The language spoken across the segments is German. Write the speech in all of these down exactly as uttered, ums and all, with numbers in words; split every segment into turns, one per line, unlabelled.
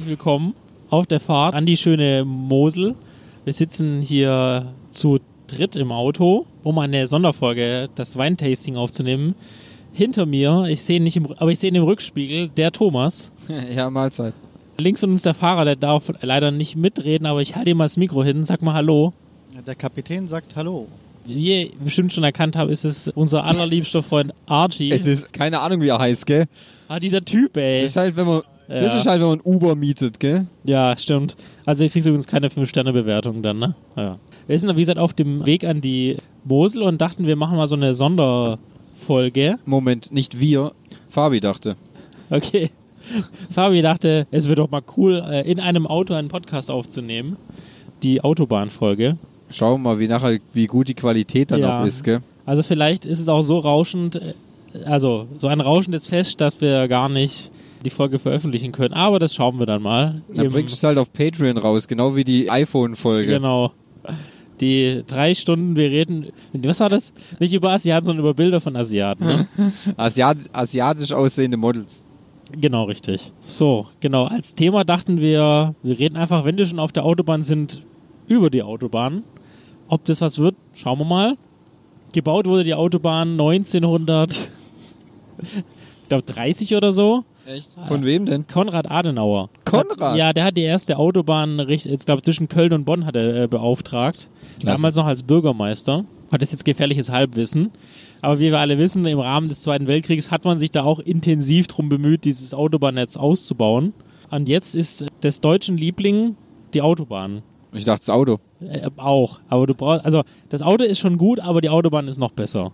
herzlich willkommen auf der Fahrt an die schöne Mosel. Wir sitzen hier zu dritt im Auto, um eine Sonderfolge, das Weintasting aufzunehmen. Hinter mir, ich sehe ihn nicht im, aber ich sehe ihn im Rückspiegel, der Thomas.
Ja, Mahlzeit.
Links von uns der Fahrer, der darf leider nicht mitreden, aber ich halte ihm mal das Mikro hin, sag mal Hallo.
Der Kapitän sagt Hallo.
Wie ihr bestimmt schon erkannt habt, ist es unser allerliebster Freund Archie.
Es ist keine Ahnung, wie er heißt, gell?
Ah, dieser Typ, ey.
Das ist halt, wenn man,
Ja.
das ist halt, wenn man Uber mietet, gell?
Ja, stimmt. Also ihr kriegt übrigens keine fünf Sterne Bewertung dann, ne? Ja. Wir sind, wie gesagt, auf dem Weg an die Mosel und dachten, wir machen mal so eine Sonderfolge.
Moment, nicht wir. Fabi dachte.
Okay. Fabi dachte, es wird doch mal cool, in einem Auto einen Podcast aufzunehmen. Die Autobahnfolge.
Schauen wir mal, wie nachher, wie gut die Qualität dann
Ja.
auch ist, gell?
Also vielleicht ist es auch so rauschend, also so ein rauschendes Fest, dass wir gar nicht die Folge veröffentlichen können. Aber das schauen wir dann mal.
Dann
Im-
bringst du es halt auf Patreon raus, genau wie die iPhone-Folge.
Genau. Die drei Stunden, wir reden, was war das? Nicht über Asiaten, sondern über Bilder von Asiaten. Ne?
Asiat asiatisch aussehende Models.
Genau, richtig. So, genau. Als Thema dachten wir, wir reden einfach, wenn wir schon auf der Autobahn sind, über die Autobahn. Ob das was wird, schauen wir mal. Gebaut wurde die Autobahn neunzehnhundert, ich glaube dreißig oder so.
Echt? Von wem denn?
Konrad Adenauer.
Konrad?
Hat, ja, der hat die erste Autobahn, richt- jetzt glaube zwischen Köln und Bonn hat er äh, beauftragt.
Klasse.
Damals noch als Bürgermeister. Hat das jetzt gefährliches Halbwissen. Aber wie wir alle wissen, im Rahmen des Zweiten Weltkriegs hat man sich da auch intensiv drum bemüht, dieses Autobahnnetz auszubauen. Und jetzt ist des deutschen Liebling die Autobahn.
Ich dachte, das Auto.
Äh, auch. Aber du brauchst, also das Auto ist schon gut, aber die Autobahn ist noch besser.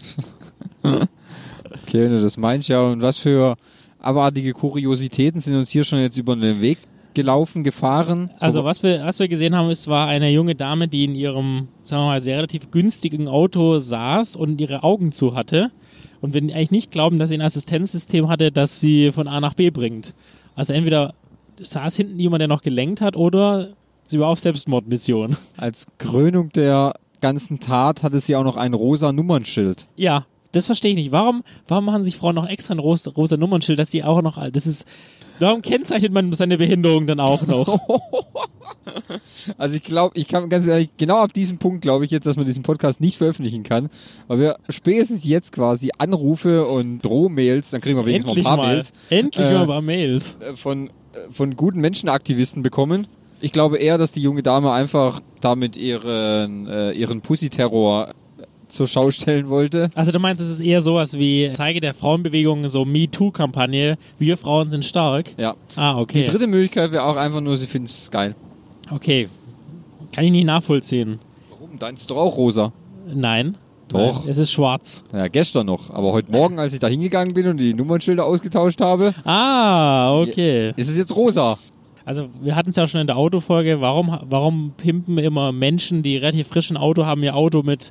Okay, wenn du das meinst, ja. Und was für abartige Kuriositäten sind uns hier schon jetzt über den Weg gelaufen, gefahren?
Also was wir, was wir gesehen haben, ist, war eine junge Dame, die in ihrem, sagen wir mal, sehr relativ günstigen Auto saß und ihre Augen zu hatte. Und wir eigentlich nicht glauben, dass sie ein Assistenzsystem hatte, das sie von A nach B bringt. Also entweder saß hinten jemand, der noch gelenkt hat, oder sie war auf Selbstmordmission.
Als Krönung der ganzen Tat hatte sie auch noch ein rosa Nummernschild.
Ja, das verstehe ich nicht. Warum, warum machen sich Frauen noch extra ein rosa, rosa Nummernschild, dass sie auch noch, das ist, warum kennzeichnet man seine Behinderung dann auch noch?
Also ich glaube, ich kann ganz ehrlich, genau ab diesem Punkt glaube ich jetzt, dass man diesen Podcast nicht veröffentlichen kann, weil wir spätestens jetzt quasi Anrufe und Drohmails, dann kriegen wir wenigstens
Endlich
mal ein paar
mal.
Mails,
Endlich
äh,
mal ein paar Mails.
äh, von, äh, von guten Menschenaktivisten bekommen. Ich glaube eher, dass die junge Dame einfach damit ihren, äh, ihren Pussy-Terror zur Schau stellen wollte.
Also du meinst, es ist eher sowas wie Zeige der Frauenbewegung, so MeToo-Kampagne, wir Frauen sind stark?
Ja.
Ah, okay.
Die dritte Möglichkeit wäre auch einfach nur, sie findet es geil.
Okay. Kann ich nicht nachvollziehen.
Warum? Dein ist doch auch rosa.
Nein.
Doch.
Nein, es ist schwarz.
Ja, gestern noch. Aber heute Morgen, als ich da hingegangen bin und die Nummernschilder ausgetauscht habe,
Ah, okay.
ist es jetzt rosa.
Also wir hatten es ja schon in der Autofolge, warum, warum pimpen immer Menschen, die relativ frisch ein Auto haben, ihr Auto mit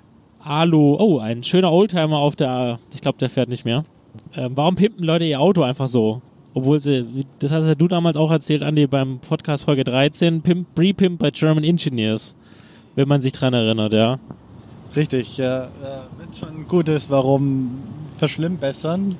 Alu, oh, ein schöner Oldtimer auf der, ich glaube, der fährt nicht mehr. Ähm, warum pimpen Leute ihr Auto einfach so? Obwohl sie, das hast ja du damals auch erzählt, Andi, beim Podcast Folge dreizehn, Pimp, Pre-Pimp bei German Engineers, wenn man sich dran erinnert, ja.
Richtig, ja. Äh, wenn schon gut ist, warum verschlimmbessern?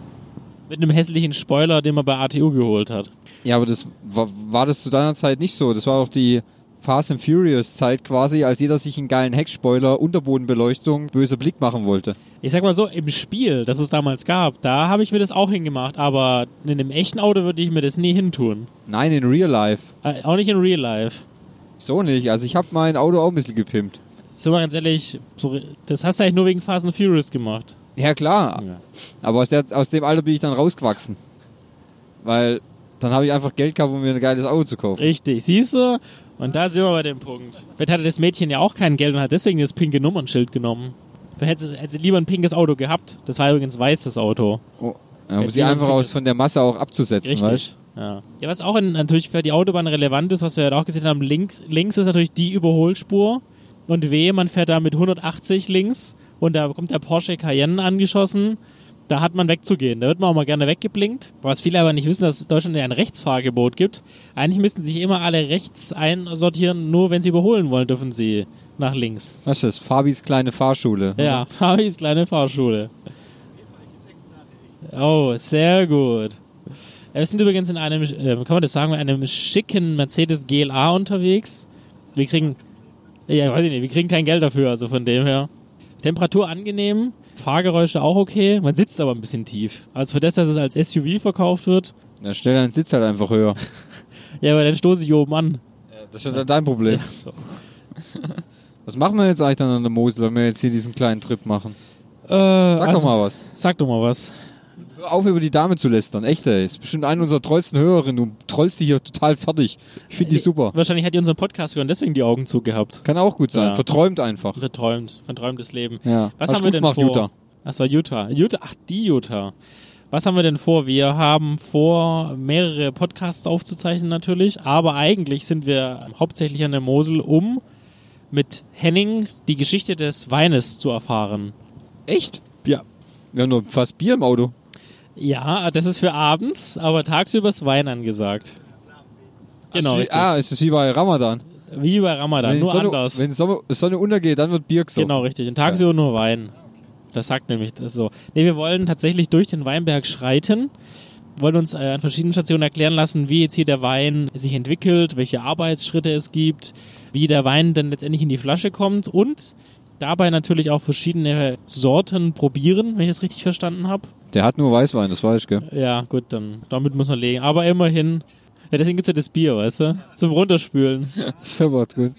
Mit einem hässlichen Spoiler, den man bei A T U geholt hat.
Ja, aber das war, war das zu deiner Zeit nicht so. Das war auch die Fast and Furious Zeit quasi, als jeder sich einen geilen Heckspoiler, Unterbodenbeleuchtung, böser Blick machen wollte.
Ich sag mal so, im Spiel, das es damals gab, da habe ich mir das auch hingemacht, aber in einem echten Auto würde ich mir das nie hintun.
Nein, in Real Life.
Äh, auch nicht in Real Life.
So nicht. Also ich habe mein Auto auch ein bisschen gepimpt.
So mal ganz ehrlich, so, das hast du eigentlich nur wegen Fast and Furious gemacht.
Ja, klar.
Ja.
Aber aus, der, aus dem Alter bin ich dann rausgewachsen. Weil dann habe ich einfach Geld gehabt, um mir ein geiles Auto zu kaufen.
Richtig, siehst du? Und da sind wir bei dem Punkt. Vielleicht hatte das Mädchen ja auch kein Geld und hat deswegen das pinke Nummernschild genommen. Vielleicht hätte sie, hätte sie lieber ein pinkes Auto gehabt. Das war übrigens weiß, das Auto.
Oh, ja, um sie einfach aus von der Masse auch abzusetzen,
Richtig.
weißt
Ja. ja, was auch in, natürlich für die Autobahn relevant ist, was wir ja auch gesehen haben, links, links ist natürlich die Überholspur. Und wehe, man fährt da mit hundertachtzig links und da kommt der Porsche Cayenne angeschossen. Da hat man wegzugehen. Da wird man auch mal gerne weggeblinkt. Was viele aber nicht wissen, dass es in Deutschland ja ein Rechtsfahrgebot gibt. Eigentlich müssten sich immer alle rechts einsortieren. Nur wenn sie überholen wollen, dürfen sie nach links.
Was ist das? Fabis kleine Fahrschule.
Ja, Fabis kleine Fahrschule. Oh, sehr gut. Wir sind übrigens in einem, äh, kann man das sagen, einem schicken Mercedes G L A unterwegs. Wir kriegen, ja, weiß ich nicht, wir kriegen kein Geld dafür, also von dem her. Temperatur angenehm, Fahrgeräusche auch okay, man sitzt aber ein bisschen tief. Also für das, dass es als S U V verkauft wird.
Ja, stell deinen Sitz halt einfach höher.
Ja, aber dann stoße ich hier oben an.
Ja, das ist ja dein Problem.
Ja, so.
Was machen wir jetzt eigentlich dann an der Mosel, wenn wir jetzt hier diesen kleinen Trip machen?
Äh,
Sag
also,
doch mal was.
Sag doch mal was.
Hör auf, über die Dame zu lästern. Echt, ey. Ist bestimmt eine unserer treuesten Hörerinnen. Du trollst die hier total fertig. Ich finde die super.
Wahrscheinlich hat die unseren Podcast gehört und deswegen die Augen zugehabt.
Kann auch gut sein.
Ja.
Verträumt einfach.
Verträumt, verträumtes Leben.
Ja.
Was
Hast
haben
gut
wir denn
gemacht,
vor?
Jutta.
Das war Utah. Utah. Ach, die Utah. Was haben wir denn vor? Wir haben vor, mehrere Podcasts aufzuzeichnen natürlich, aber eigentlich sind wir hauptsächlich an der Mosel, um mit Henning die Geschichte des Weines zu erfahren.
Echt? Ja. Wir haben nur fast Bier im Auto.
Ja, das ist für abends, aber tagsüber ist Wein angesagt. Genau,
Also,
richtig.
ah, ist es wie bei Ramadan.
Wie bei Ramadan,
Wenn
nur
die Sonne,
anders.
Wenn die Sonne, Sonne untergeht, dann wird Bier gesoffen.
Genau, richtig. Und tagsüber nur Wein. Das sagt nämlich das so. Nee, wir wollen tatsächlich durch den Weinberg schreiten, wollen uns äh, an verschiedenen Stationen erklären lassen, wie jetzt hier der Wein sich entwickelt, welche Arbeitsschritte es gibt, wie der Wein dann letztendlich in die Flasche kommt und dabei natürlich auch verschiedene Sorten probieren, wenn ich das richtig verstanden habe.
Der hat nur Weißwein, das weiß ich, gell?
Ja, gut, dann damit muss man legen. Aber immerhin, ja, deswegen gibt's ja das Bier, weißt du? Zum Runterspülen.
So was gut.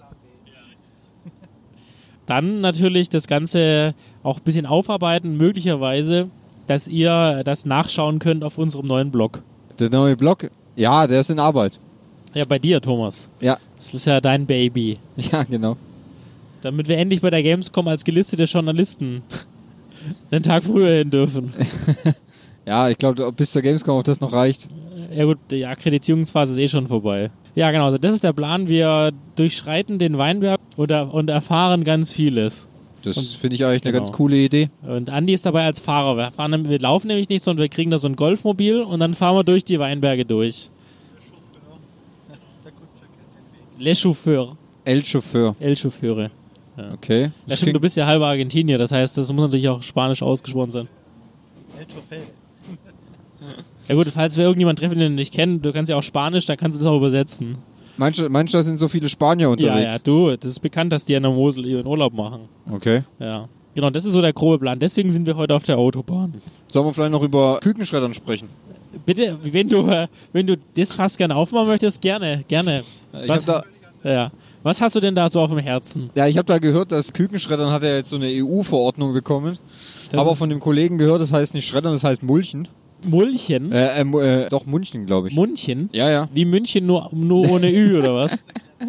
Dann natürlich das Ganze auch ein bisschen aufarbeiten, möglicherweise, dass ihr das nachschauen könnt auf unserem neuen Blog.
Der neue Blog, ja, der ist in Arbeit.
Ja, bei dir, Thomas.
Ja,
Das ist ja dein Baby.
ja, genau.
Damit wir endlich bei der Gamescom als gelistete Journalisten den Tag früher hin dürfen.
Ja, ich glaube, bis zur Gamescom, ob das noch reicht.
Ja gut, die Akkreditierungsphase ist eh schon vorbei. Ja, genau, also das ist der Plan. Wir durchschreiten den Weinberg oder, und erfahren ganz vieles.
Das
Und-
finde ich eigentlich eine
genau.
ganz coole Idee.
Und Andi ist dabei als Fahrer. Wir, fahren, wir laufen nämlich nicht, sondern wir kriegen da so ein Golfmobil und dann fahren wir durch die Weinberge durch. Le Chauffeur.
El Chauffeur.
El Chauffeure.
Okay.
Ja,
Das
stimmt, du
klingt-
bist ja halber Argentinier, das heißt, das muss natürlich auch spanisch ausgesprochen sein. Ja gut, falls wir irgendjemanden treffen, den du nicht kennst, du kannst ja auch Spanisch, dann kannst du das auch übersetzen.
Meinst du, meinst du, da sind so viele Spanier
Ja,
unterwegs?
ja, du, das ist bekannt, dass die an der Mosel ihren Urlaub machen.
Okay.
Ja. Genau, das ist so der grobe Plan. Deswegen sind wir heute auf der Autobahn.
Sollen wir vielleicht noch über Kükenschreddern sprechen?
Bitte, wenn du, äh, wenn du das fast gerne aufmachen möchtest, gerne, gerne.
Ich
Was,
hab da,
ja. Was hast du denn da so auf dem Herzen?
ja, ich habe da gehört, dass Kükenschreddern hat ja jetzt so eine E U-Verordnung bekommen.
Das
aber
ist
von dem Kollegen gehört, das heißt nicht Schreddern, das heißt Mulchen.
Mulchen?
Äh, äh, Mu- äh, doch, Munchen, glaube ich.
Munchen?
ja, ja.
Wie München, nur, nur ohne Ü, oder was?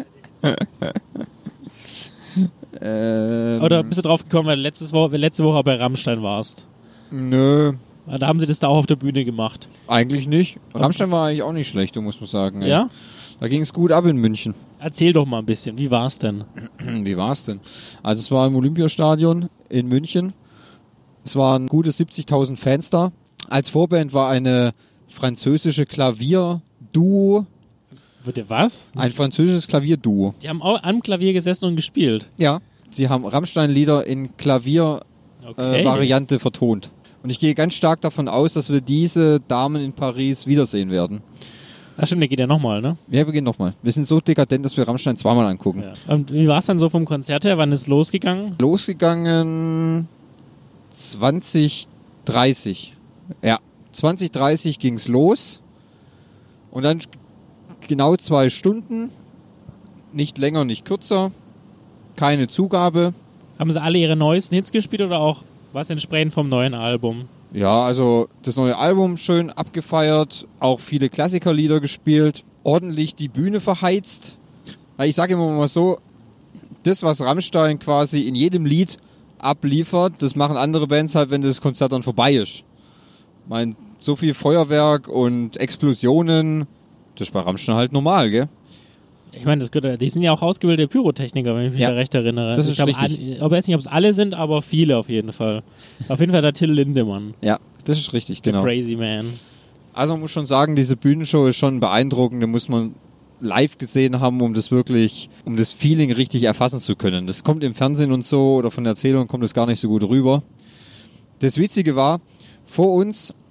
Ähm,
Oder bist du drauf gekommen, weil du letztes Woche, letzte Woche bei Rammstein warst?
Nö,
Da haben sie das da auch auf der Bühne gemacht.
eigentlich nicht. Rammstein war eigentlich auch nicht schlecht, du muss man sagen. ey.
Ja?
Da ging es gut ab in München.
Erzähl doch mal ein bisschen, wie war's denn?
Wie war's denn? Also es war im Olympiastadion in München. Es waren gute siebzigtausend Fans da. Als Vorband war eine französische Klavierduo,
Bitte was?
ein französisches Klavierduo.
Die haben auch am Klavier gesessen und gespielt.
Ja, sie haben Rammstein-Lieder in Klavier-Variante äh, Variante vertont. Und ich gehe ganz stark davon aus, dass wir diese Damen in Paris wiedersehen werden.
Ach stimmt, der geht ja nochmal, ne?
Ja, wir gehen nochmal. Wir sind so dekadent, dass wir Rammstein zweimal angucken.
Ja. Und wie war's dann so vom Konzert her? Wann ist es losgegangen?
Losgegangen zwanzig dreißig. Ja, zwanzig dreißig ging's los. Und dann genau zwei Stunden. Nicht länger, nicht kürzer. Keine Zugabe.
Haben sie alle ihre neuesten Hits gespielt oder auch was entsprechend vom neuen Album?
Ja, also das neue Album schön abgefeiert. Auch viele Klassikerlieder gespielt. Ordentlich die Bühne verheizt. Ich sage immer mal so, das, was Rammstein quasi in jedem Lied abliefert, das machen andere Bands halt, wenn das Konzert dann vorbei ist. Ich meine, so viel Feuerwerk und Explosionen, das ist bei Rammstein halt normal, gell?
Ich meine, das gehört, die sind ja auch ausgebildete Pyrotechniker, wenn ich mich
Ja,
da recht erinnere.
das ist
ich glaub,
richtig.
an- Aber weiß nicht, ob es alle sind, aber viele auf jeden Fall. Auf jeden Fall der Till Lindemann.
Ja, das ist richtig, genau.
Crazy Man.
Also man muss schon sagen, diese Bühnenshow ist schon beeindruckend, da muss man live gesehen haben, um das wirklich, um das Feeling richtig erfassen zu können. Das kommt im Fernsehen und so oder von der Erzählung kommt das gar nicht so gut rüber. Das Witzige war, vor uns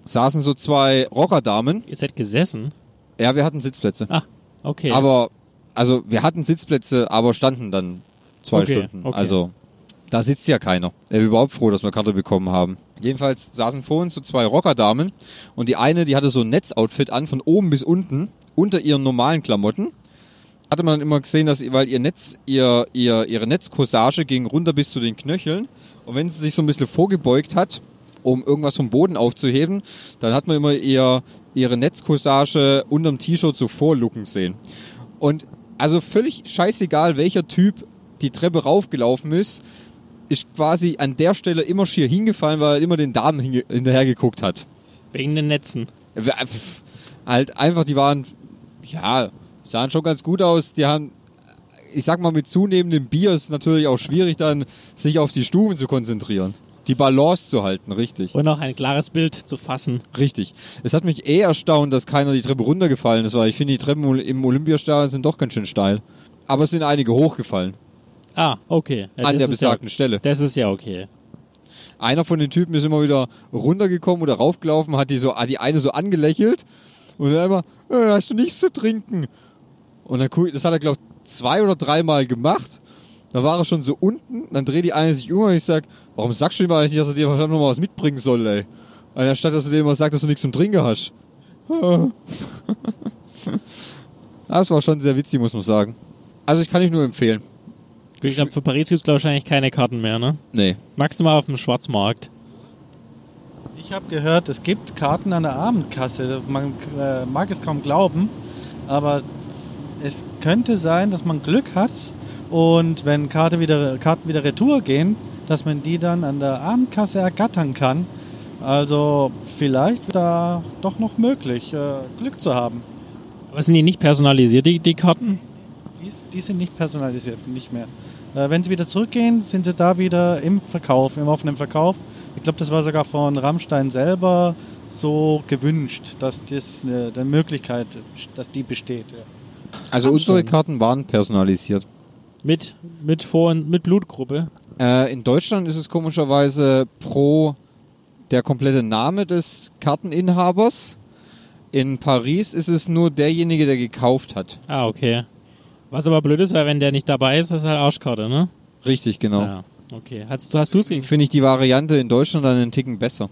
saßen so zwei Rockerdamen.
Ihr seid gesessen?
Ja, wir hatten Sitzplätze.
Ah, okay.
Aber, also wir hatten Sitzplätze, aber standen dann zwei
Okay,
Stunden.
okay.
Also, da sitzt ja keiner. Ich bin überhaupt froh, dass wir Karte bekommen haben. Jedenfalls saßen vor uns so zwei Rockerdamen und die eine, die hatte so ein Netzoutfit an, von oben bis unten, unter ihren normalen Klamotten. Hatte man dann immer gesehen, dass, weil ihr Netz, ihr, ihr, ihre Netzcorsage ging runter bis zu den Knöcheln. Und wenn sie sich so ein bisschen vorgebeugt hat, um irgendwas vom Boden aufzuheben, dann hat man immer ihr, ihre Netzcorsage unterm T-Shirt so vorlucken sehen. Und also völlig scheißegal, welcher Typ die Treppe raufgelaufen ist, ist quasi an der Stelle immer schier hingefallen, weil er immer den Damen hinge- hinterher geguckt hat.
Wegen den Netzen.
Halt einfach, die waren, ja, sahen schon ganz gut aus. Die haben, ich sag mal, mit zunehmendem Bier ist es natürlich auch schwierig, dann sich auf die Stufen zu konzentrieren. Die Balance zu halten, richtig.
Und auch ein klares Bild zu fassen.
Richtig. Es hat mich eh erstaunt, dass keiner die Treppe runtergefallen ist, weil ich finde, die Treppen im Olympiastadion sind doch ganz schön steil. Aber es sind einige hochgefallen.
Ah, okay. Ja,
An
das
der
ist
besagten
ja,
Stelle.
Das ist ja okay.
Einer von den Typen ist immer wieder runtergekommen oder raufgelaufen, hat die so, hat die eine so angelächelt und dann immer, äh, hast du nichts zu trinken? Und dann guck ich, das hat er, glaube ich, zwei oder dreimal gemacht. Dann war er schon so unten, dann dreht die eine sich um und ich sag, warum sagst du ihm eigentlich nicht, dass er dir verdammt noch mal was mitbringen soll, ey? Anstatt, dass du dir immer sagst, dass du nichts zum Trinken hast. Das war schon sehr witzig, muss man sagen. Also ich kann ich nur empfehlen.
Ich glaube, für Paris gibt es wahrscheinlich keine Karten mehr, ne?
Nee.
Maximal auf dem Schwarzmarkt.
Ich habe gehört, es gibt Karten an der Abendkasse. Man äh, mag es kaum glauben, aber es könnte sein, dass man Glück hat und wenn Karte wieder, Karten wieder retour gehen, dass man die dann an der Abendkasse ergattern kann. Also vielleicht da doch noch möglich, äh, Glück zu haben.
Aber sind die nicht personalisiert, die, die Karten?
Die, die sind nicht personalisiert, nicht mehr. Äh, wenn sie wieder zurückgehen, sind sie da wieder im Verkauf, im offenen Verkauf. Ich glaube, das war sogar von Rammstein selber so gewünscht, dass das eine, eine Möglichkeit, dass die besteht. Ja.
Also unsere Karten waren personalisiert.
Mit, mit Vor- und mit Blutgruppe?
Äh, in Deutschland ist es komischerweise pro der komplette Name des Karteninhabers. In Paris ist es nur derjenige, der gekauft hat.
Ah, okay. Was aber blöd ist, weil wenn der nicht dabei ist, das ist halt Arschkarte, ne?
Richtig, genau.
Ja, okay. Hast, hast du es
Deswegen finde ich die Variante in Deutschland dann einen Ticken besser.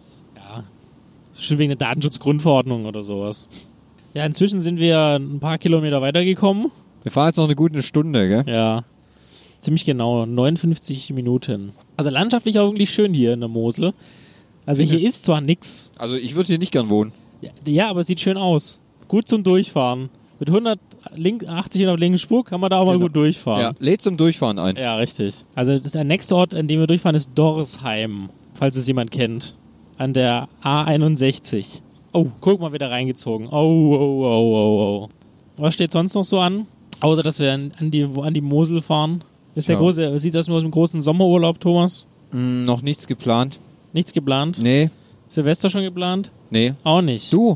Ja, schon wegen der Datenschutzgrundverordnung oder sowas. Ja, inzwischen sind wir ein paar Kilometer weitergekommen.
Wir fahren jetzt noch eine gute Stunde, gell?
Ja, ziemlich genau, neunundfünfzig Minuten. Also landschaftlich auch wirklich schön hier in der Mosel. Also hier ist zwar nix.
Also ich würde hier nicht gern wohnen.
Ja, ja, aber es sieht schön aus. Gut zum Durchfahren. Mit hundertachtzig auf linken Spur kann man da auch mal
Genau.
gut durchfahren.
Ja, lädt zum Durchfahren ein.
Ja, richtig. Also das, der nächste Ort, an dem wir durchfahren, ist Dorsheim, falls es jemand kennt. An der A einundsechzig. Oh, guck mal, wieder reingezogen. Oh, oh, oh, oh, oh. Was steht sonst noch so an? Außer, dass wir an, an, die, an die Mosel fahren. Ist der
Ja.
große, sieht das nur aus dem großen Sommerurlaub, Thomas?
Hm, noch nichts geplant.
Nichts geplant?
Nee,
Silvester schon geplant?
nee.
Auch nicht.
Du?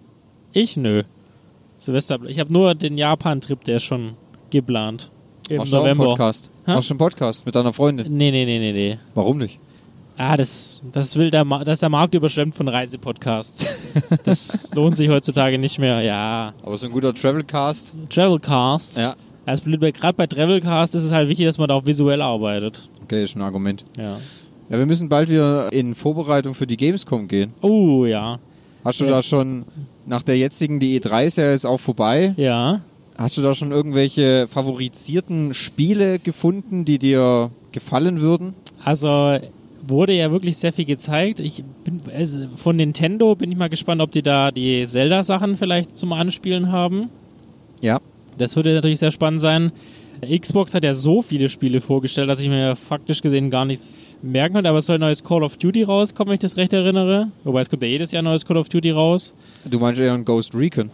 Ich? Nö. Silvester, ich habe nur den Japan-Trip, der ist schon geplant. Im
Machst du auch einen
November.
Podcast?
Hä?
Machst du einen Podcast mit deiner Freundin?
Nee, nee, nee, nee, nee.
Warum nicht?
Ah, das, das will der, Ma- das ist der Markt überschwemmt von Reisepodcasts. Das lohnt sich heutzutage nicht mehr. Ja.
Aber so ein guter Travelcast.
Travelcast.
Ja.
Das blöd, gerade bei Travelcast ist es halt wichtig, dass man da auch visuell arbeitet.
Okay, ist ein Argument.
Ja.
Ja, wir müssen bald wieder in Vorbereitung für die Gamescom gehen.
Oh, ja.
Hast du
Ja.
da schon, nach der jetzigen, die E drei ist ja jetzt auch vorbei,
Ja.
hast du da schon irgendwelche favorisierten Spiele gefunden, die dir gefallen würden?
Also, wurde ja wirklich sehr viel gezeigt. Ich bin, also von Nintendo bin ich mal gespannt, ob die da die Zelda-Sachen vielleicht zum Anspielen haben.
Ja.
Das würde natürlich sehr spannend sein. Xbox hat ja so viele Spiele vorgestellt, dass ich mir faktisch gesehen gar nichts merken konnte. Aber es soll ein neues Call of Duty rauskommen, wenn ich das recht erinnere. Wobei es kommt ja jedes Jahr ein neues Call of Duty raus.
Du meinst eher ein Ghost Recon?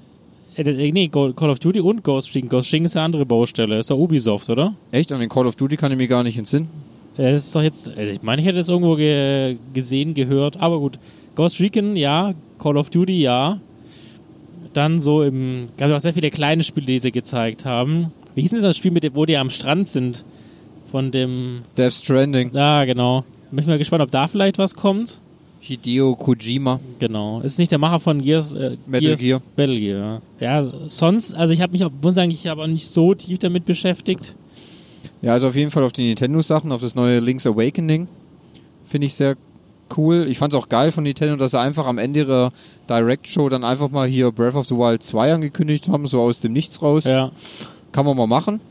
Äh, nee, Go- Call of Duty und Ghost Recon. Ghost Recon ist eine andere Baustelle. Ist doch Ubisoft, oder?
Echt? An den Call of Duty kann ich mir gar nicht entsinnen.
Ja, das ist doch jetzt, also ich meine, ich hätte das irgendwo ge- gesehen, gehört. Aber gut, Ghost Recon, ja. Call of Duty, ja. Dann so im, gab es auch sehr viele kleine Spiele, die sie gezeigt haben. Wie hieß denn das Spiel, mit dem, wo die am Strand sind? Von dem,
Death Stranding.
ja, genau. Bin ich mal gespannt, ob da vielleicht was kommt.
Hideo Kojima.
Genau. Ist nicht der Macher von Gears, äh,
Metal
Gears
Gear.
Metal Gear. Ja, sonst, also ich habe mich, auch, muss sagen, ich habe auch nicht so tief damit beschäftigt.
Ja, also auf jeden Fall auf die Nintendo-Sachen, auf das neue Link's Awakening. Finde ich sehr cool. Ich fand es auch geil von Nintendo, dass sie einfach am Ende ihrer Direct-Show dann einfach mal hier Breath of the Wild zwei angekündigt haben, so aus dem Nichts raus.
Ja.
Kann man mal machen.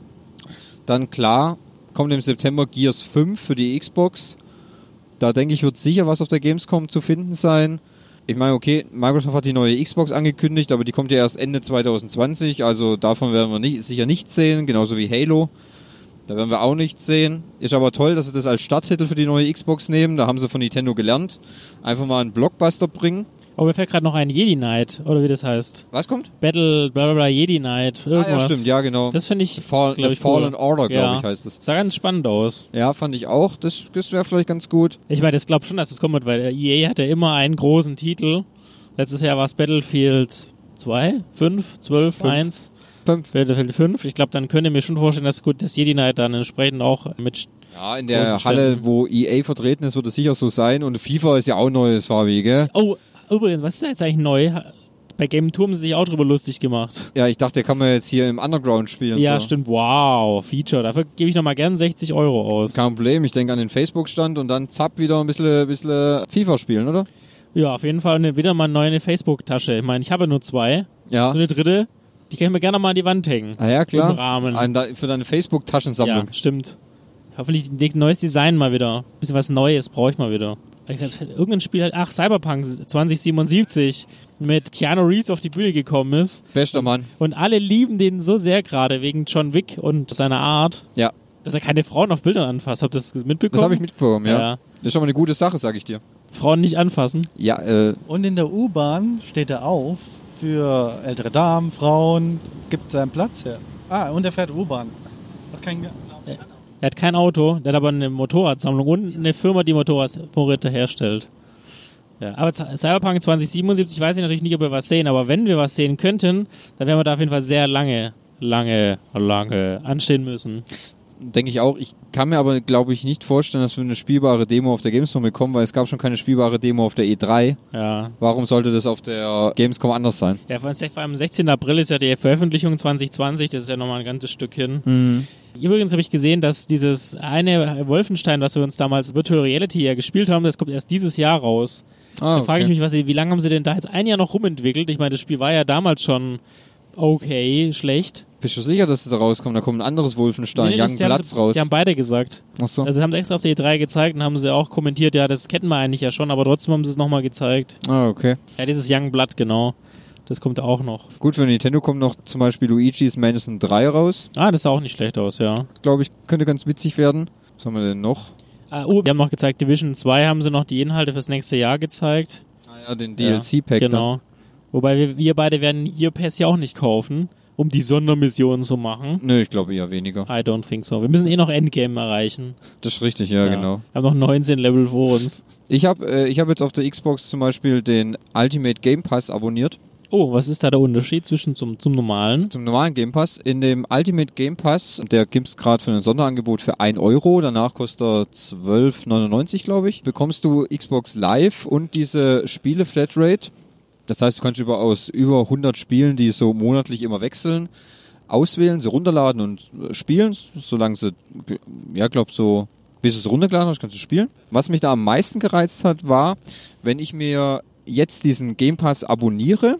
Dann klar, kommt im September Gears fünf für die Xbox. Da denke ich, wird sicher was auf der Gamescom zu finden sein. Ich meine, okay, Microsoft hat die neue Xbox angekündigt, aber die kommt ja erst Ende zwanzig zwanzig, also davon werden wir nicht, sicher nichts sehen, genauso wie Halo. Da werden wir auch nichts sehen. Ist aber toll, dass sie das als Starttitel für die neue Xbox nehmen. Da haben sie von Nintendo gelernt. Einfach mal einen Blockbuster bringen.
Oh, mir fällt gerade noch ein Jedi Knight, oder wie das heißt.
Was kommt?
Battle, bla bla bla, Jedi Knight, irgendwas.
Ah, ja, stimmt, ja, genau.
Das finde ich,
Fall,
glaub ich,
Fallen
cool.
Order, glaube
Ja.
ich, heißt es.
Sah ganz spannend aus.
Ja, fand ich auch. Das, das wäre vielleicht ganz gut.
Ich meine, das glaube schon, dass es kommt, weil E A hat ja immer einen großen Titel. Letztes Jahr war es Battlefield zwei, fünf, zwölf,
Fünf.
eins.
Fünf.
Battlefield fünf. Ich glaube, dann könnt ihr mir schon vorstellen, dass gut, das Jedi Knight dann entsprechend auch mit...
Ja, in der
Großen
Halle,
Ständen.
wo E A vertreten ist, wird es sicher so sein. Und FIFA ist ja auch neues Fabi, gell?
Oh, übrigens, was ist da jetzt eigentlich neu? Bei Game Tour haben sie sich auch drüber lustig gemacht.
Ja, ich dachte, kann man jetzt hier im Underground spielen.
Ja,
so.
stimmt. Wow, Feature. Dafür gebe ich nochmal gern sechzig Euro aus.
Kein Problem. Ich denke an den Facebook-Stand und dann zapp wieder ein bisschen, bisschen FIFA spielen, oder?
Ja, auf jeden Fall eine, wieder mal eine neue Facebook-Tasche. Ich meine, ich habe nur zwei.
Ja.
So eine dritte, die kann ich mir gerne mal an die Wand hängen.
Ah ja, klar.
Im Rahmen.
Ein, da, für deine Facebook-Taschensammlung.
Ja, stimmt. Hoffentlich ein neues Design mal wieder. Bisschen was Neues brauche ich mal wieder. Irgendein Spiel halt, ach, Cyberpunk zwanzig siebenundsiebzig mit Keanu Reeves auf die Bühne gekommen ist.
Bester Mann.
Und alle lieben den so sehr gerade wegen John Wick und seiner Art,
Ja,
dass er keine Frauen auf Bildern anfasst. Habt ihr das mitbekommen?
das habe ich mitbekommen, ja.
Ja.
Das ist schon mal eine gute Sache, sag ich dir.
Frauen nicht anfassen.
Ja, äh,
Und in der U-Bahn steht er auf für ältere Damen, Frauen, gibt seinen Platz her. Ah, und er fährt U-Bahn. Hat kein Ge-
Er hat kein Auto, der hat aber eine Motorradsammlung und eine Firma, die Motorräder herstellt. Ja, aber Cyberpunk zwanzig siebenundsiebzig weiß ich natürlich nicht, ob wir was sehen, aber wenn wir was sehen könnten, dann werden wir da auf jeden Fall sehr lange, lange, lange anstehen müssen.
denke ich auch. Ich kann mir aber, glaube ich, nicht vorstellen, dass wir eine spielbare Demo auf der Gamescom bekommen, weil es gab schon keine spielbare Demo auf der E drei.
Ja.
Warum sollte das auf der Gamescom anders sein?
Ja, vor allem am sechzehnten April ist ja die Veröffentlichung zwanzig zwanzig, das ist ja nochmal ein ganzes Stück hin.
Mhm.
Übrigens habe ich gesehen, dass dieses eine Wolfenstein, was wir uns damals Virtual Reality ja gespielt haben, das kommt erst dieses Jahr raus.
Ah,
Da frage ich
okay.
mich, was sie, wie lange haben sie denn da jetzt ein Jahr noch rumentwickelt? Ich meine, das Spiel war ja damals schon okay, schlecht.
Bist du sicher, dass es da rauskommt? Da kommt ein anderes Wolfenstein,
Nee, nee, das-
Young
die haben
Bloods
sie,
raus.
Die haben beide gesagt.
Achso.
Also sie haben es extra auf der E drei gezeigt und haben sie auch kommentiert, ja, das kennen wir eigentlich ja schon, aber trotzdem haben sie es nochmal gezeigt.
Ah, okay.
Ja, dieses Young Blood, genau. Das kommt auch noch.
Gut, für Nintendo kommt noch zum Beispiel Luigi's Mansion drei raus.
Ah, das sah auch nicht schlecht aus, ja.
Glaube ich, könnte ganz witzig werden. Was haben wir denn noch?
Ah, oh, wir haben noch gezeigt, Division zwei haben sie noch die Inhalte fürs nächste Jahr gezeigt.
Ah ja, den D L C-Pack.
Genau. Wobei wir, wir beide werden Year Pass ja auch nicht kaufen, um die Sondermissionen zu machen.
Nö, ich glaube eher weniger.
I don't think so. Wir müssen eh noch Endgame erreichen.
Das ist richtig, ja, genau.
Wir haben noch neunzehn Level vor uns.
Ich habe äh, ich hab jetzt auf der Xbox zum Beispiel den Ultimate Game Pass abonniert.
Oh, was ist da der Unterschied zwischen zum, zum normalen?
Zum normalen Game Pass. In dem Ultimate Game Pass, der gibt's gerade für ein Sonderangebot für ein Euro, danach kostet er zwölf neunundneunzig, glaube ich. Bekommst du Xbox Live und diese Spiele Flatrate. Das heißt, du kannst über aus über hundert Spielen, die so monatlich immer wechseln, auswählen, sie runterladen und äh, spielen, solange sie, ja, glaub so, bis du es runtergeladen hast, kannst du spielen. Was mich da am meisten gereizt hat, war, wenn ich mir jetzt diesen Game Pass abonniere,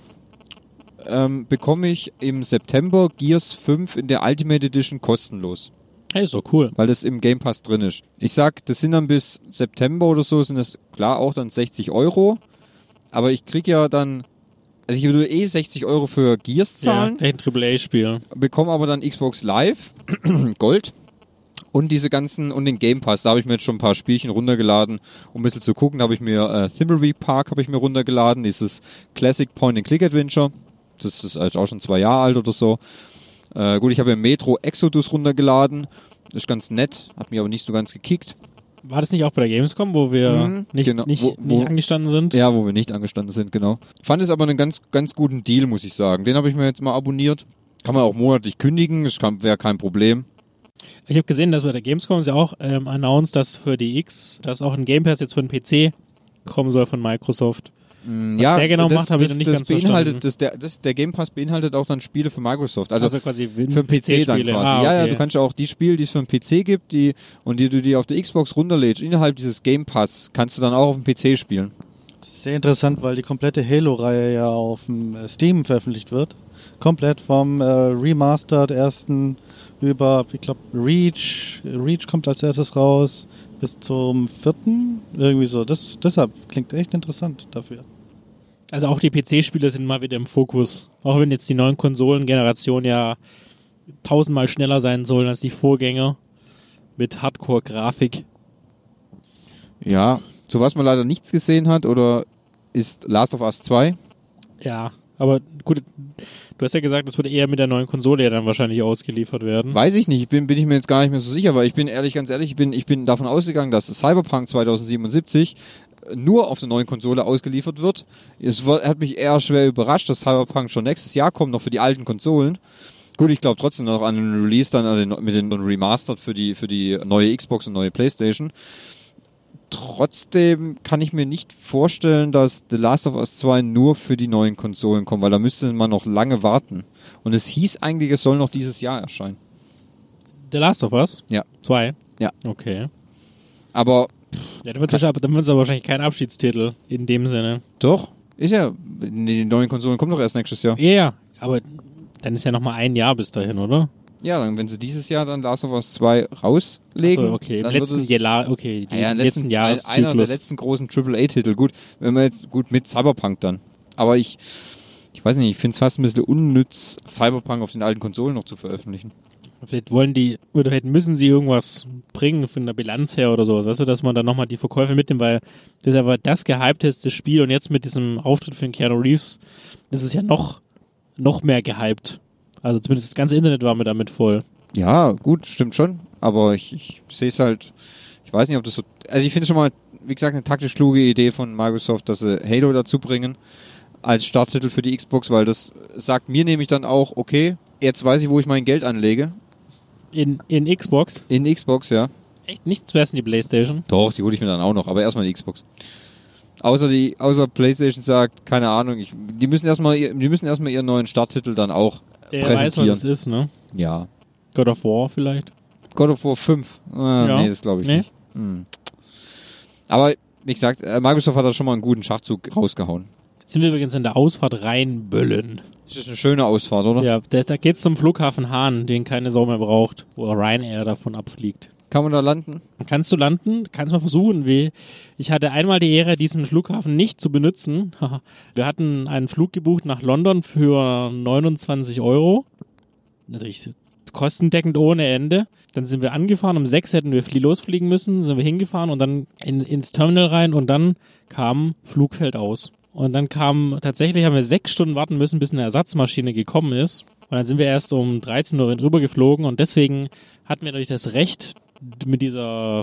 ähm, bekomme ich im September Gears fünf in der Ultimate Edition kostenlos,
Hey, ist doch cool.
weil das im Game Pass drin ist. Ich sag, das sind dann bis September oder so, sind das klar auch dann sechzig Euro, aber ich krieg ja dann, also ich würde eh sechzig Euro für Gears
Ja,
zahlen,
gleich ein Triple A-Spiel.
bekomme aber dann Xbox Live, Gold und diese ganzen, und den Game Pass, da habe ich mir jetzt schon ein paar Spielchen runtergeladen, um ein bisschen zu gucken. Da habe ich mir äh, Thimbleweed Park habe ich mir runtergeladen, dieses Classic Point-and-Click-Adventure. Das ist also auch schon zwei Jahre alt oder so. Äh, gut, ich habe mir Metro Exodus runtergeladen. Das ist ganz nett, hat mich aber nicht so ganz gekickt.
War das nicht auch bei der Gamescom, wo wir
Mhm,
nicht,
genau.
nicht,
Wo- wo-
nicht angestanden sind?
Ja, wo wir nicht angestanden sind, genau. Fand es aber einen ganz, ganz guten Deal, muss ich sagen. Den habe ich mir jetzt mal abonniert. Kann man auch monatlich kündigen, das wäre kein Problem.
Ich habe gesehen, dass bei der Gamescom ist ja auch ähm, announced, dass für die X, dass auch ein Game Pass jetzt für den P C kommen soll von Microsoft.
Was
ja, der genau
das,
macht, habe ich noch nicht
das
ganz
beinhaltet,
verstanden.
Das, der, das, der Game Pass beinhaltet auch dann Spiele für Microsoft. Also,
also quasi
für den P C dann quasi.
Ah, okay.
Ja, ja, du kannst auch die Spiele, die es für den P C gibt, die und die du dir auf der Xbox runterlädst, innerhalb dieses Game Pass, kannst du dann auch auf dem P C spielen.
Das ist sehr interessant, weil die komplette Halo-Reihe ja auf dem Steam veröffentlicht wird. Komplett vom äh, Remastered ersten über, ich glaube, Reach. Reach kommt als erstes raus bis zum vierten. Irgendwie so. Das, deshalb klingt echt interessant dafür.
Also auch die P C-Spiele sind mal wieder im Fokus. Auch wenn jetzt die neuen Konsolengenerationen ja tausendmal schneller sein sollen als die Vorgänger. Mit Hardcore-Grafik.
Ja, zu was man leider nichts gesehen hat, oder ist Last of Us zwei?
Ja, aber gut, du hast ja gesagt, das wird eher mit der neuen Konsole ja dann wahrscheinlich ausgeliefert werden.
Weiß ich nicht, bin, bin ich mir jetzt gar nicht mehr so sicher, weil ich bin ehrlich, ganz ehrlich, ich bin, ich bin davon ausgegangen, dass Cyberpunk zweitausendsiebenundsiebzig nur auf der neuen Konsole ausgeliefert wird. Es war, hat mich eher schwer überrascht, dass Cyberpunk schon nächstes Jahr kommt, noch für die alten Konsolen. Gut, ich glaube trotzdem noch an den Release dann an den, mit den Remastered für die, für die neue Xbox und neue PlayStation. Trotzdem kann ich mir nicht vorstellen, dass The Last of Us zwei nur für die neuen Konsolen kommt, weil da müsste man noch lange warten. Und es hieß eigentlich, es soll noch dieses Jahr erscheinen.
The Last of Us?
Ja.
Zwei?
Ja.
Okay.
Aber
ja, dann wird es aber, aber wahrscheinlich kein Abschiedstitel in dem Sinne.
Doch, ist ja, die neuen Konsolen kommen doch erst nächstes Jahr.
Ja, ja, aber dann ist ja noch mal ein Jahr bis dahin, oder?
Ja, dann, wenn sie dieses Jahr dann Last of Us zwei rauslegen.
Achso, okay, im letzten Jahr, okay,
ja, ja,
im
letzten,
letzten Jahreszyklus.
Einer der letzten großen Triple A Titel. Gut, wenn man jetzt, gut, mit Cyberpunk dann. Aber ich, ich weiß nicht, ich finde es fast ein bisschen unnütz, Cyberpunk auf den alten Konsolen noch zu veröffentlichen.
Vielleicht wollen die, oder vielleicht müssen sie irgendwas bringen von der Bilanz her oder so, weißt du, dass man dann nochmal die Verkäufe mitnimmt, weil das ist aber das gehypteste Spiel und jetzt mit diesem Auftritt von Keanu Reeves, das ist ja noch, noch mehr gehypt. Also zumindest das ganze Internet war mit damit voll.
Ja, gut, stimmt schon, aber ich, ich sehe es halt, ich weiß nicht, ob das so, also ich finde schon mal, wie gesagt, eine taktisch kluge Idee von Microsoft, dass sie Halo dazu bringen als Starttitel für die Xbox, weil das sagt mir nämlich dann auch, okay, jetzt weiß ich, wo ich mein Geld anlege.
In, in Xbox?
In Xbox, ja.
Echt nicht zuerst in die PlayStation?
Doch, die hole ich mir dann auch noch, aber erstmal die Xbox. Außer die, außer PlayStation sagt, keine Ahnung, ich, die müssen erstmal, die müssen erstmal ihren neuen Starttitel dann auch
Der
präsentieren.
weiß, was es ist, ne?
Ja.
God of War vielleicht?
God of War fünf. Ah,
ja.
Nee, das glaube ich
nee?
nicht. Hm. Aber, wie gesagt, Microsoft hat da schon mal einen guten Schachzug rausgehauen.
Jetzt sind wir übrigens in der Ausfahrt Rheinböllen.
Das ist eine schöne Ausfahrt, oder?
Ja, da, da geht's zum Flughafen Hahn, den keine Sau mehr braucht, wo Ryanair davon abfliegt.
Kann man da landen?
Kannst du landen? Kannst mal versuchen. Wie. Ich hatte einmal die Ehre, diesen Flughafen nicht zu benutzen. Wir hatten einen Flug gebucht nach London für neunundzwanzig Euro. Natürlich kostendeckend ohne Ende. Dann sind wir angefahren. Um sechs hätten wir losfliegen müssen. Sind wir hingefahren und dann in, ins Terminal rein und dann kam Flugfeld aus. Und dann kam, tatsächlich haben wir sechs Stunden warten müssen, bis eine Ersatzmaschine gekommen ist. Und dann sind wir erst um dreizehn Uhr rüber geflogen und deswegen hatten wir natürlich das Recht, mit dieser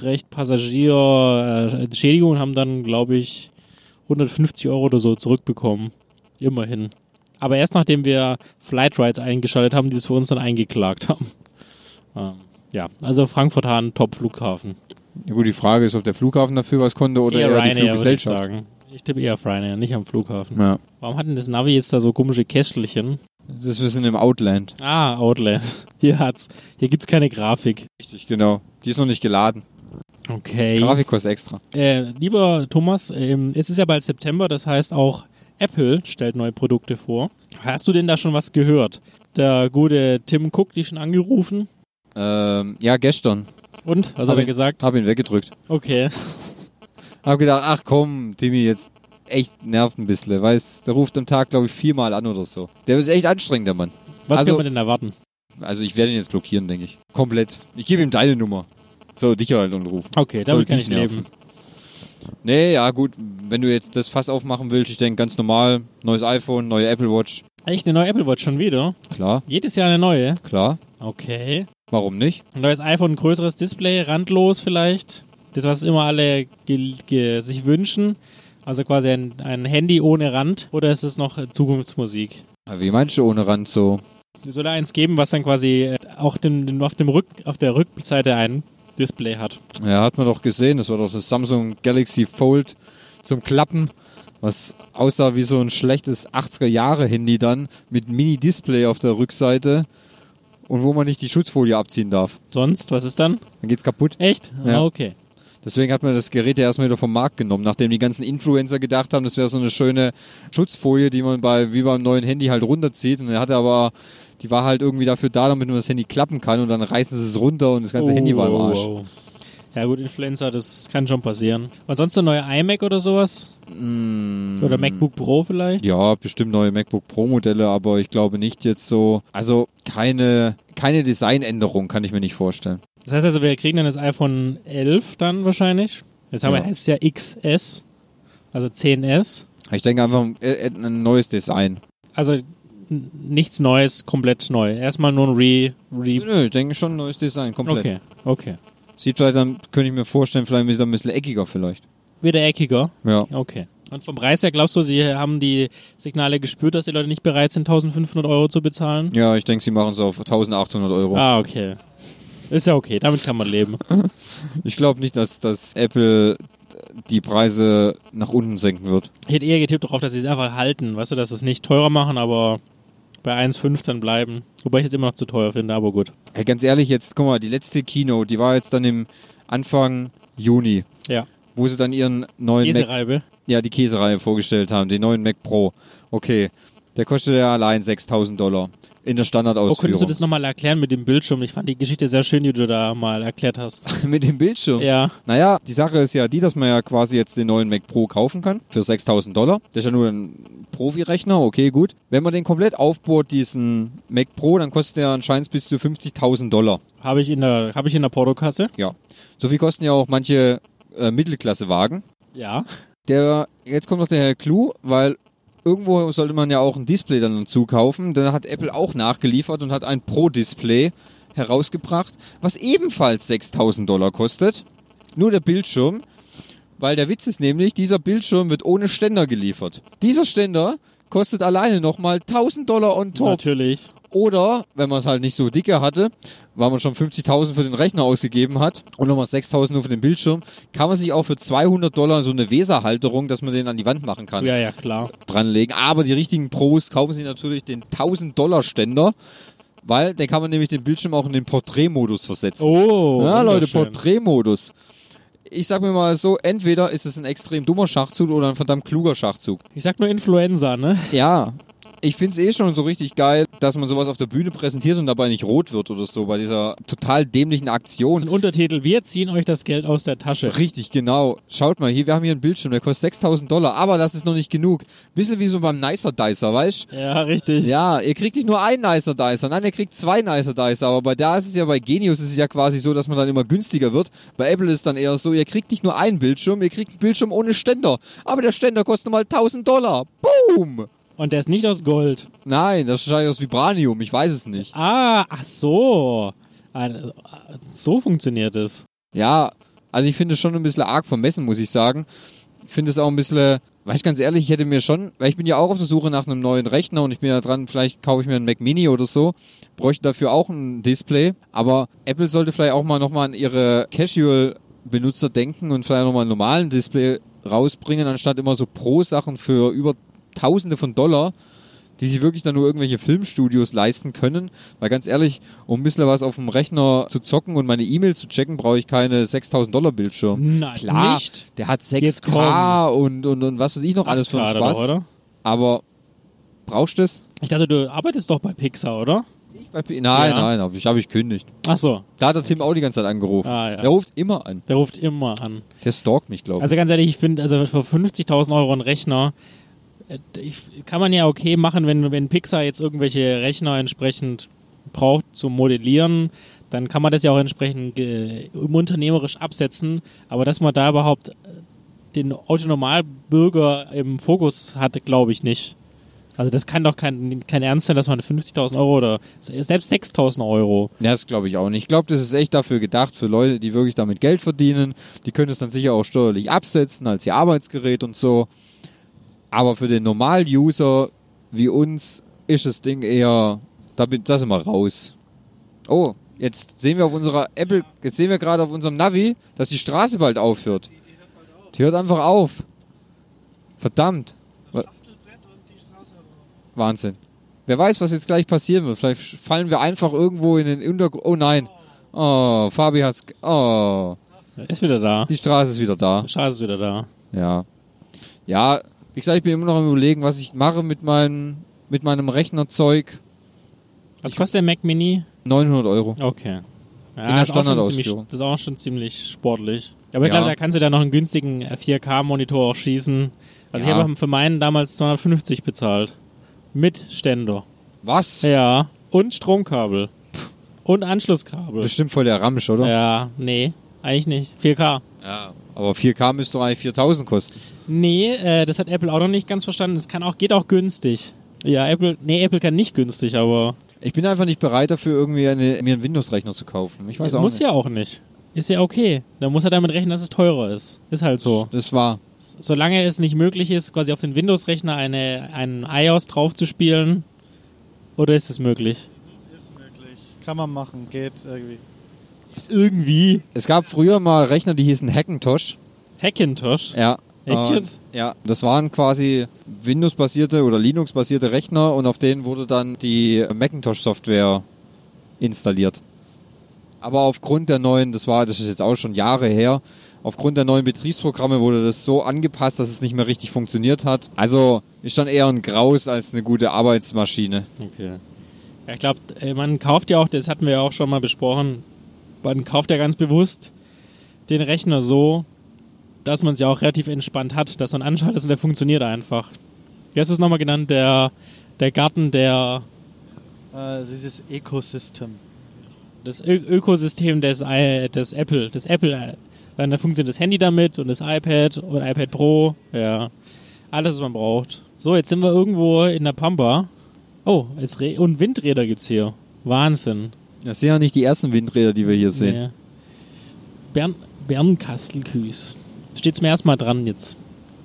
Flugrecht-Passagier-Entschädigung und haben dann, glaube ich, hundertfünfzig Euro oder so zurückbekommen. Immerhin. Aber erst nachdem wir Flightrides eingeschaltet haben, die es für uns dann eingeklagt haben. Ähm, ja, also Frankfurt-Hahn, Top-Flughafen.
Ja gut, die Frage ist, ob der Flughafen dafür was konnte oder eher, eher die Fluggesellschaft.
Ich, sagen. ich tippe eher auf Ryanair, nicht am Flughafen.
Ja.
Warum hat denn das Navi jetzt da so komische Kästelchen?
Das ist, wir sind im Outland.
Ah, Outland. Hier hat's, hier gibt's keine Grafik.
Richtig, genau. Die ist noch nicht geladen.
Okay.
Grafik kostet extra.
Äh, lieber Thomas, ähm, es ist ja bald September, das heißt auch Apple stellt neue Produkte vor. Hast du denn da schon was gehört? Der gute Tim Cook, die schon angerufen?
Ähm, ja, gestern.
Und? Was
hab
hat er
ihn,
gesagt?
Hab ihn weggedrückt.
Okay.
Hab gedacht, ach komm, Timmy, jetzt echt nervt ein bisschen, weißt, der ruft am Tag, glaube ich, viermal an oder so. Der ist echt anstrengend, der Mann.
Was
also,
kann man denn erwarten?
Also ich werde ihn jetzt blockieren, denke ich. Komplett. Ich gebe ihm deine Nummer. So, dich halt anrufen.
Okay, damit kann ich leben.
Nee, ja gut, wenn du jetzt das Fass aufmachen willst, ich denke ganz normal, neues iPhone, neue Apple Watch.
Echt, eine neue Apple Watch schon wieder?
Klar.
Jedes Jahr eine neue?
Klar.
Okay.
Warum nicht?
Ein neues iPhone, ein größeres Display, randlos vielleicht. Das, was immer alle ge- ge- sich wünschen. Also quasi ein, ein Handy ohne Rand. Oder ist es noch Zukunftsmusik?
Wie meinst du ohne Rand so?
Es soll eins geben, was dann quasi auch den, den, auf, dem Rück, auf der Rückseite ein Display hat.
Ja, hat man doch gesehen. Das war doch das Samsung Galaxy Fold zum Klappen, was aussah wie so ein schlechtes achtziger-Jahre-Handy dann mit Mini-Display auf der Rückseite und wo man nicht die Schutzfolie abziehen darf.
Sonst, was ist dann?
Dann geht's kaputt.
Echt?
Ja.
Ah, okay.
Deswegen hat man das Gerät ja erstmal wieder vom Markt genommen, nachdem die ganzen Influencer gedacht haben, das wäre so eine schöne Schutzfolie, die man bei wie beim neuen Handy halt runterzieht. Und er hatte aber, die war halt irgendwie dafür da, damit man das Handy klappen kann und dann reißen sie es runter und das ganze
Oh,
Handy war im Arsch.
oh, oh. Ja gut, Influencer, das kann schon passieren. Und sonst ein neuer iMac oder sowas?
Mm,
Oder MacBook Pro vielleicht?
Ja, bestimmt neue MacBook Pro Modelle, aber ich glaube nicht jetzt so, also keine, keine Designänderung kann ich mir nicht vorstellen.
Das heißt also, wir kriegen dann das iPhone elf dann wahrscheinlich. Jetzt haben
Ja.
wir, heißt es ja X S, also zehn S.
Ich denke einfach ein, ein neues Design.
Also n- nichts Neues, komplett neu. Erstmal nur ein Re... Re
Nö, ich denke schon ein neues Design, komplett.
okay, okay.
Sieht vielleicht dann, könnte ich mir vorstellen, vielleicht wieder ein bisschen eckiger vielleicht.
Wieder eckiger?
Ja.
Okay. Und vom Preis her, glaubst du, sie haben die Signale gespürt, dass die Leute nicht bereit sind, eintausendfünfhundert Euro zu bezahlen?
Ja, ich denke, sie machen es auf eintausendachthundert Euro.
Ah, okay. Ist ja okay, damit kann man leben.
Ich glaube nicht, dass, dass Apple die Preise nach unten senken wird.
Ich hätte eher getippt darauf, dass sie es einfach halten, weißt du, dass sie es nicht teurer machen, aber bei eins Komma fünf dann bleiben. Wobei ich es immer noch zu teuer finde, aber gut.
Hey, ganz ehrlich, jetzt, guck mal, die letzte Keynote, die war jetzt dann im Anfang Juni,
Ja.
wo sie dann ihren neuen Mac,
Käsereibe.
ja, die Käsereihe vorgestellt haben, den neuen Mac Pro. Okay, der kostet ja allein sechstausend Dollar in der
Oh,
Standardausführung.
könntest du das nochmal erklären mit dem Bildschirm? Ich fand die Geschichte sehr schön, die du da mal erklärt hast.
Mit dem Bildschirm?
Ja.
Naja, die Sache ist ja die, dass man ja quasi jetzt den neuen Mac Pro kaufen kann für sechstausend Dollar. Das ist ja nur ein Profi-Rechner, okay, gut. Wenn man den komplett aufbohrt, diesen Mac Pro, dann kostet der anscheinend bis zu fünfzigtausend Dollar.
Habe ich in der, habe ich in der Portokasse?
Ja. So viel kosten ja auch manche äh, Mittelklasse-Wagen.
Ja.
Der, jetzt kommt noch der Clou, weil irgendwo sollte man ja auch ein Display dann dazu kaufen. Da hat Apple auch nachgeliefert und hat ein Pro-Display herausgebracht, was ebenfalls sechstausend Dollar kostet. Nur der Bildschirm, weil der Witz ist nämlich, dieser Bildschirm wird ohne Ständer geliefert. Dieser Ständer kostet alleine nochmal tausend Dollar on top.
Natürlich.
Oder, wenn man es halt nicht so dicke hatte, weil man schon fünfzigtausend für den Rechner ausgegeben hat und nochmal sechstausend nur für den Bildschirm, kann man sich auch für zweihundert Dollar so eine Weserhalterung, dass man den an die Wand machen kann,
Ja, ja, klar.
dranlegen. Aber die richtigen Pros kaufen sich natürlich den tausend Dollar Ständer, weil der kann man nämlich den Bildschirm auch in den Porträtmodus versetzen.
Oh,
ja, Leute,
wunderschön.
Porträtmodus. Ich sag mir mal so, entweder ist es ein extrem dummer Schachzug oder ein verdammt kluger Schachzug.
Ich sag nur Influenza, ne?
Ja, ich find's eh schon so richtig geil, dass man sowas auf der Bühne präsentiert und dabei nicht rot wird oder so, bei dieser total dämlichen
Das
Aktion.
ist ein Untertitel. Wir ziehen euch das Geld aus der Tasche.
Richtig, genau. Schaut mal, hier, wir haben hier einen Bildschirm, der kostet sechstausend Dollar, aber das ist noch nicht genug. Bisschen wie so beim Nicer Dicer, weißt du?
Ja, richtig.
Ja, ihr kriegt nicht nur einen Nicer Dicer, nein, ihr kriegt zwei Nicer Dicer, aber bei da ist es ja, bei Genius ist es ja quasi so, dass man dann immer günstiger wird. Bei Apple ist es dann eher so, ihr kriegt nicht nur einen Bildschirm, ihr kriegt einen Bildschirm ohne Ständer. Aber der Ständer kostet mal tausend Dollar. Boom!
Und der ist nicht aus Gold.
Nein, das ist wahrscheinlich aus Vibranium, ich weiß es nicht.
Ah, ach so. Ah, so funktioniert es.
Ja, also ich finde es schon ein bisschen arg vermessen, muss ich sagen. Ich finde es auch ein bisschen, weil ich ganz ehrlich, ich hätte mir schon, weil ich bin ja auch auf der Suche nach einem neuen Rechner und ich bin ja dran, vielleicht kaufe ich mir einen Mac Mini oder so, bräuchte dafür auch ein Display, aber Apple sollte vielleicht auch mal nochmal an ihre Casual-Benutzer denken und vielleicht nochmal einen normalen Display rausbringen, anstatt immer so Pro-Sachen für über Tausende von Dollar, die sich wirklich dann nur irgendwelche Filmstudios leisten können. Weil ganz ehrlich, um ein bisschen was auf dem Rechner zu zocken und meine E-Mails zu checken, brauche ich keine sechstausend Dollar Bildschirm.
Nein,
Klar,
nicht.
der hat sechs
Jetzt
K und, und, und was weiß ich noch alles für einen
acht K
Spaß.
doch, oder?
Aber brauchst du das?
Ich dachte, du arbeitest doch bei Pixar, oder?
Ich bei P- nein,
Ja.
nein, hab ich, hab ich kündigt.
Ach so,
Da hat der Tim auch die ganze Zeit angerufen.
Ah, ja.
Der ruft immer an.
der ruft immer an.
Der stalkt mich, glaube ich.
Also ganz ehrlich, ich finde, also für fünfzigtausend Euro ein Rechner, äh, ich, kann man ja okay machen, wenn, wenn Pixar jetzt irgendwelche Rechner entsprechend braucht zum Modellieren, dann kann man das ja auch entsprechend äh, unternehmerisch absetzen. Aber dass man da überhaupt den Autonormalbürger im Fokus hat, glaube ich nicht. Also das kann doch kein, kein Ernst sein, dass man fünfzigtausend Euro oder selbst sechstausend Euro.
Ja, das glaube ich auch nicht. Ich glaube, das ist echt dafür gedacht, für Leute, die wirklich damit Geld verdienen. Die können es dann sicher auch steuerlich absetzen als ihr Arbeitsgerät und so. Aber für den Normal-User wie uns ist das Ding eher, da, bin, da sind wir raus. Oh, jetzt sehen wir auf unserer Apple, jetzt sehen wir gerade auf unserem Navi, dass die Straße bald aufhört. Die hört einfach auf. Verdammt. Wahnsinn. Wer weiß, was jetzt gleich passieren wird. Vielleicht fallen wir einfach irgendwo in den Untergrund. Oh nein. Oh, Fabi hat's... Oh.
Er ist wieder da.
Die Straße ist wieder da.
Die Straße ist wieder da.
Ja. Ja, wie gesagt, ich bin immer noch am Überlegen, was ich mache mit, mein, mit meinem Rechnerzeug.
Was kostet der Mac Mini?
neunhundert Euro.
Okay. Ja,
In der
ist auch schon ziemlich,
Standardausführung.
das ist auch schon ziemlich sportlich. Aber ich
Ja.
glaube, da kannst du da noch einen günstigen vier K-Monitor auch schießen. Also
Ja.
ich habe für meinen damals zweihundertfünfzig bezahlt. Mit Ständer.
Was?
Ja. Und Stromkabel. Und Anschlusskabel.
Bestimmt voll der Ramsch, oder?
Ja, nee, eigentlich nicht. vier K.
Ja. Aber vier K müsste doch eigentlich viertausend kosten.
Nee, äh, das hat Apple auch noch nicht ganz verstanden. Es kann auch, geht auch günstig. Ja, Apple, nee, Apple kann nicht günstig, aber
Ich bin einfach nicht bereit dafür, irgendwie eine, mir einen Windows-Rechner zu kaufen. Ich weiß auch
muss
nicht.
ja auch nicht. Ist ja okay. Da muss er damit rechnen, dass es teurer ist. Ist halt so.
Das war.
Solange es nicht möglich ist, quasi auf den Windows-Rechner eine, einen iOS drauf zu spielen, oder ist es möglich?
Ist möglich. Kann man machen. Geht irgendwie.
Ist irgendwie.
Es gab früher mal Rechner, die hießen Hackintosh.
Hackintosh?
Ja.
Echt
Und,
jetzt?
Ja. Das waren quasi Windows-basierte oder Linux-basierte Rechner und auf denen wurde dann die Macintosh-Software installiert. Aber aufgrund der neuen, das war, das ist jetzt auch schon Jahre her, aufgrund der neuen Betriebsprogramme wurde das so angepasst, dass es nicht mehr richtig funktioniert hat. Also ist dann eher ein Graus als eine gute Arbeitsmaschine.
Okay. Ja, ich glaube, man kauft ja auch, das hatten wir ja auch schon mal besprochen, man kauft ja ganz bewusst den Rechner so, dass man es ja auch relativ entspannt hat, dass man anschaltet und der funktioniert einfach. Wie hast du es nochmal genannt? Der, der Garten, der
Äh, dieses Ecosystem.
das Ö Ökosystem des, I des Apple, des Apple, äh, dann da funktioniert das Handy damit und das iPad und iPad Pro, ja, alles, was man braucht. So, jetzt sind wir irgendwo in der Pampa. Oh, es Re und Windräder gibt's hier. Wahnsinn.
Das sind ja nicht die ersten Windräder, die wir hier sehen.
Nee. Bern Bernkastelküß. Steht zum ersten Mal dran jetzt.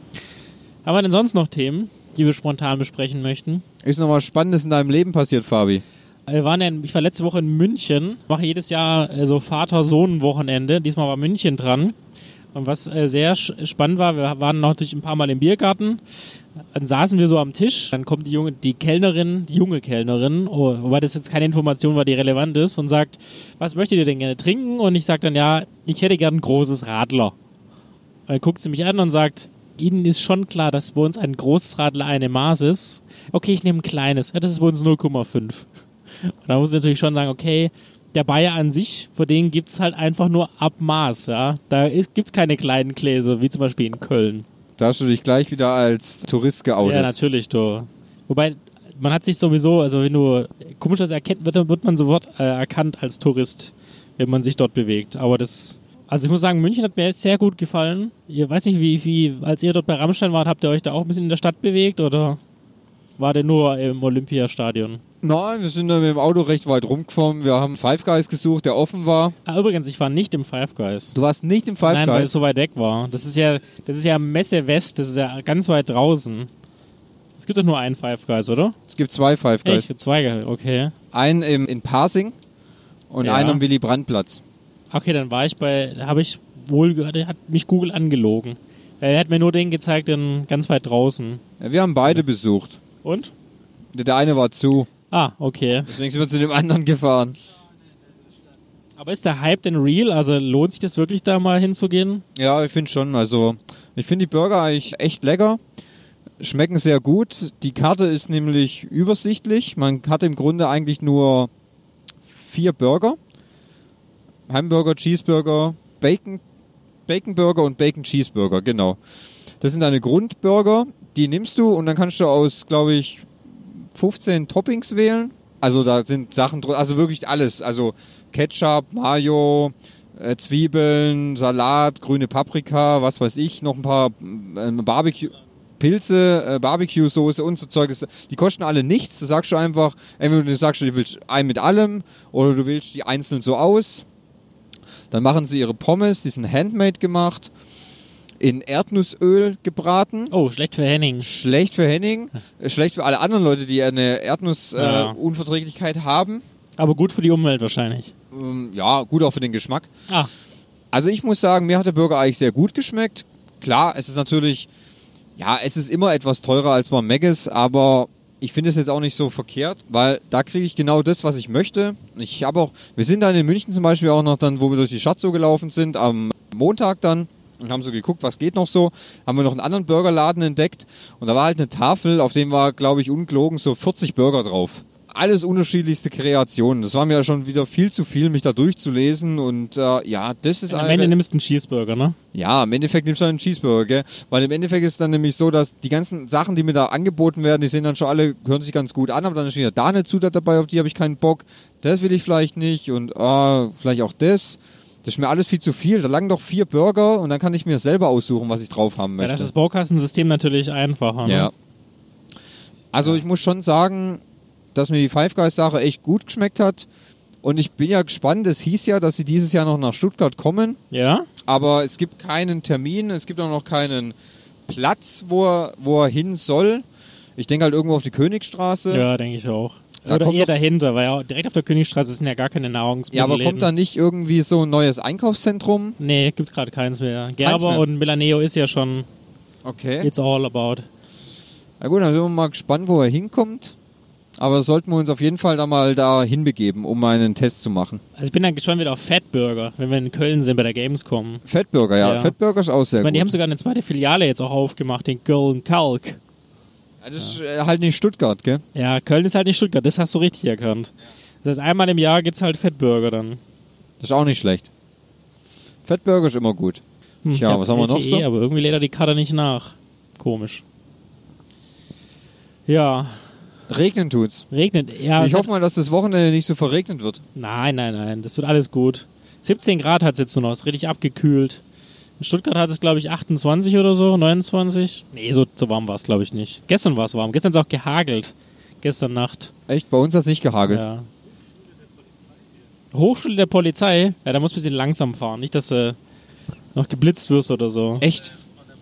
Haben wir denn sonst noch Themen, die wir spontan besprechen möchten?
Ist noch was Spannendes in deinem Leben passiert, Fabi?
Wir waren ja in, ich war letzte Woche in München, mache jedes Jahr äh, so Vater-Sohn-Wochenende. Diesmal war München dran. Und was äh, sehr spannend war, wir waren natürlich ein paar Mal im Biergarten. Dann saßen wir so am Tisch, dann kommt die junge, die Kellnerin, die junge Kellnerin, oh, wobei das jetzt keine Information war, die relevant ist, und sagt, was möchtet ihr denn gerne trinken? Und ich sage dann, ja, ich hätte gern ein großes Radler. Und dann guckt sie mich an und sagt, Ihnen ist schon klar, dass bei uns ein großes Radler eine Maß ist. Okay, ich nehme ein kleines. Ja, das ist bei uns null Komma fünf. Und da muss ich natürlich schon sagen, okay, der Bayer an sich, für den gibt's halt einfach nur Abmaß, ja. Da ist, gibt's keine kleinen Gläser, wie zum Beispiel in Köln.
Da hast du dich gleich wieder als Tourist geoutet.
Ja, natürlich, du. Wobei, man hat sich sowieso, also wenn du komisch das erkennt, wird, wird man sofort äh, erkannt als Tourist, wenn man sich dort bewegt. Aber das, also ich muss sagen, München hat mir jetzt sehr gut gefallen. Ich weiß nicht, wie, wie, als ihr dort bei Rammstein wart, habt ihr euch da auch ein bisschen in der Stadt bewegt, oder war der nur im Olympiastadion?
Nein, wir sind da mit dem Auto recht weit rumgekommen. Wir haben Five Guys gesucht, der offen war.
Ah, übrigens, ich war nicht im Five Guys.
Du warst nicht im Five
Nein, weil es
Guys?
so weit weg war. Das ist ja, das ist ja Messe West, das ist ja ganz weit draußen. Es gibt doch nur einen Five Guys, oder?
Es gibt zwei Five Guys.
Echt? Zwei, okay.
Einen im, in Parsing und
Ja.
einen am Willy-Brandt-Platz.
Okay, dann war ich bei, da habe ich wohl gehört, der hat mich Google angelogen. Er hat mir nur den gezeigt, den ganz weit draußen.
Ja, wir haben beide besucht.
Und?
Der eine war zu.
Ah, okay.
Deswegen sind wir zu dem anderen gefahren.
Aber ist der Hype denn real? Also lohnt sich das wirklich, da mal hinzugehen?
Ja, ich finde schon. Also, ich finde die Burger eigentlich echt lecker. Schmecken sehr gut. Die Karte ist nämlich übersichtlich. Man hat im Grunde eigentlich nur vier Burger. Hamburger, Cheeseburger, Bacon, Bacon Burger und Bacon Cheeseburger, genau. Das sind deine Grundburger. Die nimmst du und dann kannst du aus, glaube ich, fünfzehn Toppings wählen. Also da sind Sachen drin, also wirklich alles. Also Ketchup, Mayo, äh, Zwiebeln, Salat, grüne Paprika, was weiß ich, noch ein paar äh, Barbecue, Pilze, äh, Barbecue-Soße und so Zeug. Das, die kosten alle nichts. Da sagst du einfach, entweder du sagst, du willst einen mit allem oder du wählst die einzeln so aus. Dann machen sie ihre Pommes, die sind handmade gemacht, in Erdnussöl gebraten.
Oh, schlecht für Henning.
Schlecht für Henning, schlecht für alle anderen Leute, die eine Erdnussunverträglichkeit äh,
Ja.
haben.
Aber gut für die Umwelt wahrscheinlich.
Ähm, ja, gut auch für den Geschmack.
Ah,
Also ich muss sagen, mir hat der Burger eigentlich sehr gut geschmeckt. Klar, es ist natürlich Ja, es ist immer etwas teurer als bei Mc's, aber ich finde es jetzt auch nicht so verkehrt, weil da kriege ich genau das, was ich möchte. Ich habe auch, wir sind dann in München zum Beispiel auch noch dann, wo wir durch die Stadt so gelaufen sind, am Montag dann und haben so geguckt, was geht noch so. Haben wir noch einen anderen Burgerladen entdeckt und da war halt eine Tafel, auf dem war, glaube ich, ungelogen so vierzig Burger drauf. Alles unterschiedlichste Kreationen. Das war mir ja schon wieder viel zu viel, mich da durchzulesen und äh, ja, das ist
Am
eine-
Ende nimmst du einen Cheeseburger, ne?
Ja, im Endeffekt nimmst du einen Cheeseburger, gell? Weil im Endeffekt ist dann nämlich so, dass die ganzen Sachen, die mir da angeboten werden, die sind dann schon alle, hören sich ganz gut an, aber dann ist wieder da eine Zutat dabei, auf die habe ich keinen Bock. Das will ich vielleicht nicht und ah, vielleicht auch das. Das ist mir alles viel zu viel. Da langen doch vier Burger und dann kann ich mir selber aussuchen, was ich drauf haben
Ja,
möchte.
das ist das Baukastensystem natürlich einfacher, ne?
Ja. Also ich muss schon sagen, dass mir die Five Guys Sache echt gut geschmeckt hat. Und ich bin ja gespannt, es hieß ja, dass sie dieses Jahr noch nach Stuttgart kommen.
Ja?
Aber es gibt keinen Termin, es gibt auch noch keinen Platz, wo er, wo er hin soll. Ich denke halt irgendwo auf die Königstraße.
Ja, denke ich auch.
Da
Oder
kommt
eher
doch-
dahinter, weil ja direkt auf der Königstraße sind ja gar keine Nahrungsmittel.
Ja, aber kommt da nicht irgendwie so ein neues Einkaufszentrum?
Nee, gibt gerade keins mehr. Gerber
mehr.
und Milaneo ist ja schon
Okay.
it's all about.
Na gut, dann sind wir mal gespannt, wo er hinkommt. Aber sollten wir uns auf jeden Fall da mal da hinbegeben, um mal einen Test zu machen.
Also ich bin dann gespannt wieder auf Fatburger, wenn wir in Köln sind bei der Gamescom.
Fettburger, ja.
Ja.
Fettburger ist auch sehr
Ich meine, die haben
gut.
sogar eine zweite Filiale jetzt auch aufgemacht, den Köln Kalk.
Ja, das ist äh, halt nicht Stuttgart, gell?
Ja, Köln ist halt nicht Stuttgart, das hast du richtig erkannt. Das heißt, einmal im Jahr gibt's halt Fettburger dann.
Das ist auch nicht schlecht. Fettburger ist immer gut.
Hm,
Tja,
ich hab
was haben wir noch
L T E,
so?
aber irgendwie lädt er die Karte nicht nach. Komisch. Ja,
Regnen tut's.
regnet. Ja,
ich
es
hoffe
hat,
mal, dass das Wochenende nicht so verregnet wird.
Nein, nein, nein, das wird alles gut. siebzehn Grad hat es jetzt nur noch, ist richtig abgekühlt. In Stuttgart hat es, glaube ich, achtundzwanzig oder so, neunundzwanzig. Nee, so, so warm war es, glaube ich, nicht. Gestern war es warm. Gestern ist es auch gehagelt. Gestern Nacht.
Echt? Bei uns hat's nicht gehagelt.
Ja. Hochschule der Polizei? Ja, da muss ein bisschen langsam fahren. Nicht, dass du noch geblitzt wirst oder so.
Echt?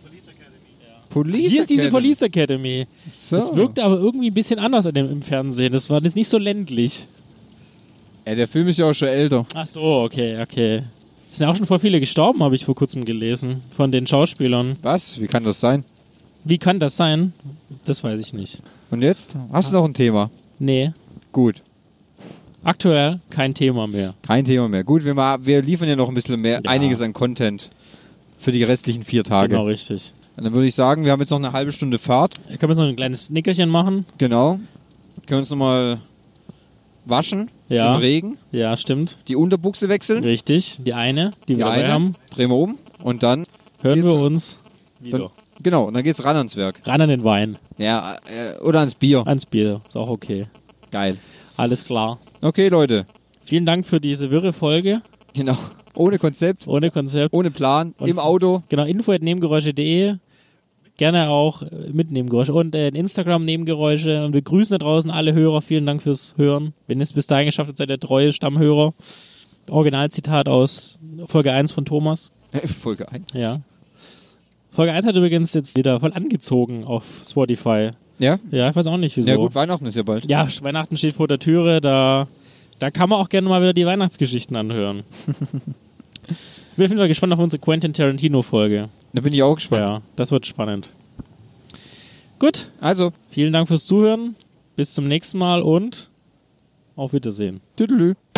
Police
Hier ist diese
Academy.
Police Academy.
So.
Das wirkte aber irgendwie ein bisschen anders in dem, im Fernsehen. Das war jetzt nicht so ländlich.
Ja, der Film ist ja auch schon älter.
Ach so, okay, okay. Es sind auch schon voll viele gestorben, habe ich vor kurzem gelesen. Von den Schauspielern.
Was? Wie kann das sein?
Wie kann das sein? Das weiß ich nicht.
Und jetzt? Hast du noch ein Thema?
Nee,
Gut.
aktuell kein Thema mehr.
Kein Thema mehr. Gut, wir, mal, wir liefern ja noch ein bisschen mehr,
Ja.
einiges an Content für die restlichen vier Tage.
Genau, richtig.
Und dann würde ich sagen, wir haben jetzt noch eine halbe Stunde Fahrt.
Können wir jetzt noch ein kleines Nickerchen machen?
Genau. Können uns nochmal waschen
Ja.
im Regen.
Ja, stimmt.
Die Unterbuchse wechseln.
Richtig. Die eine, die,
Die
wir dabei
eine.
haben.
Drehen wir um. Und dann,
Hören
geht's-
wir uns wieder.
dann genau, und dann geht's ran ans Werk.
Ran an den Wein.
Ja, äh, oder ans Bier.
Ans Bier. Ist auch okay.
Geil.
Alles klar.
Okay, Leute.
Vielen Dank für diese wirre Folge.
Genau. Ohne Konzept,
Ohne Konzept.
ohne Plan,
Und-
im Auto.
Genau, info at nebengeräusche punkt de. Gerne auch äh, mit Nebengeräusche und äh, Instagram Nebengeräusche. Und wir grüßen da draußen alle Hörer. Vielen Dank fürs Hören. Wenn ihr es bis dahin geschafft habt, seid ihr treue Stammhörer. Originalzitat aus Folge eins von Thomas.
Folge eins.
Ja. Folge eins hat übrigens jetzt wieder voll angezogen auf Spotify.
Ja?
Ja, ich weiß auch nicht wieso.
Ja gut, Weihnachten ist ja bald.
Ja, Weihnachten steht vor der Türe, da, da kann man auch gerne mal wieder die Weihnachtsgeschichten anhören. Ich bin auf jeden Fall gespannt auf unsere Quentin Tarantino-Folge.
Da bin ich auch gespannt.
Ja, das wird spannend. Gut,
Also,
vielen Dank fürs Zuhören. Bis zum nächsten Mal und auf Wiedersehen.
tüdelü.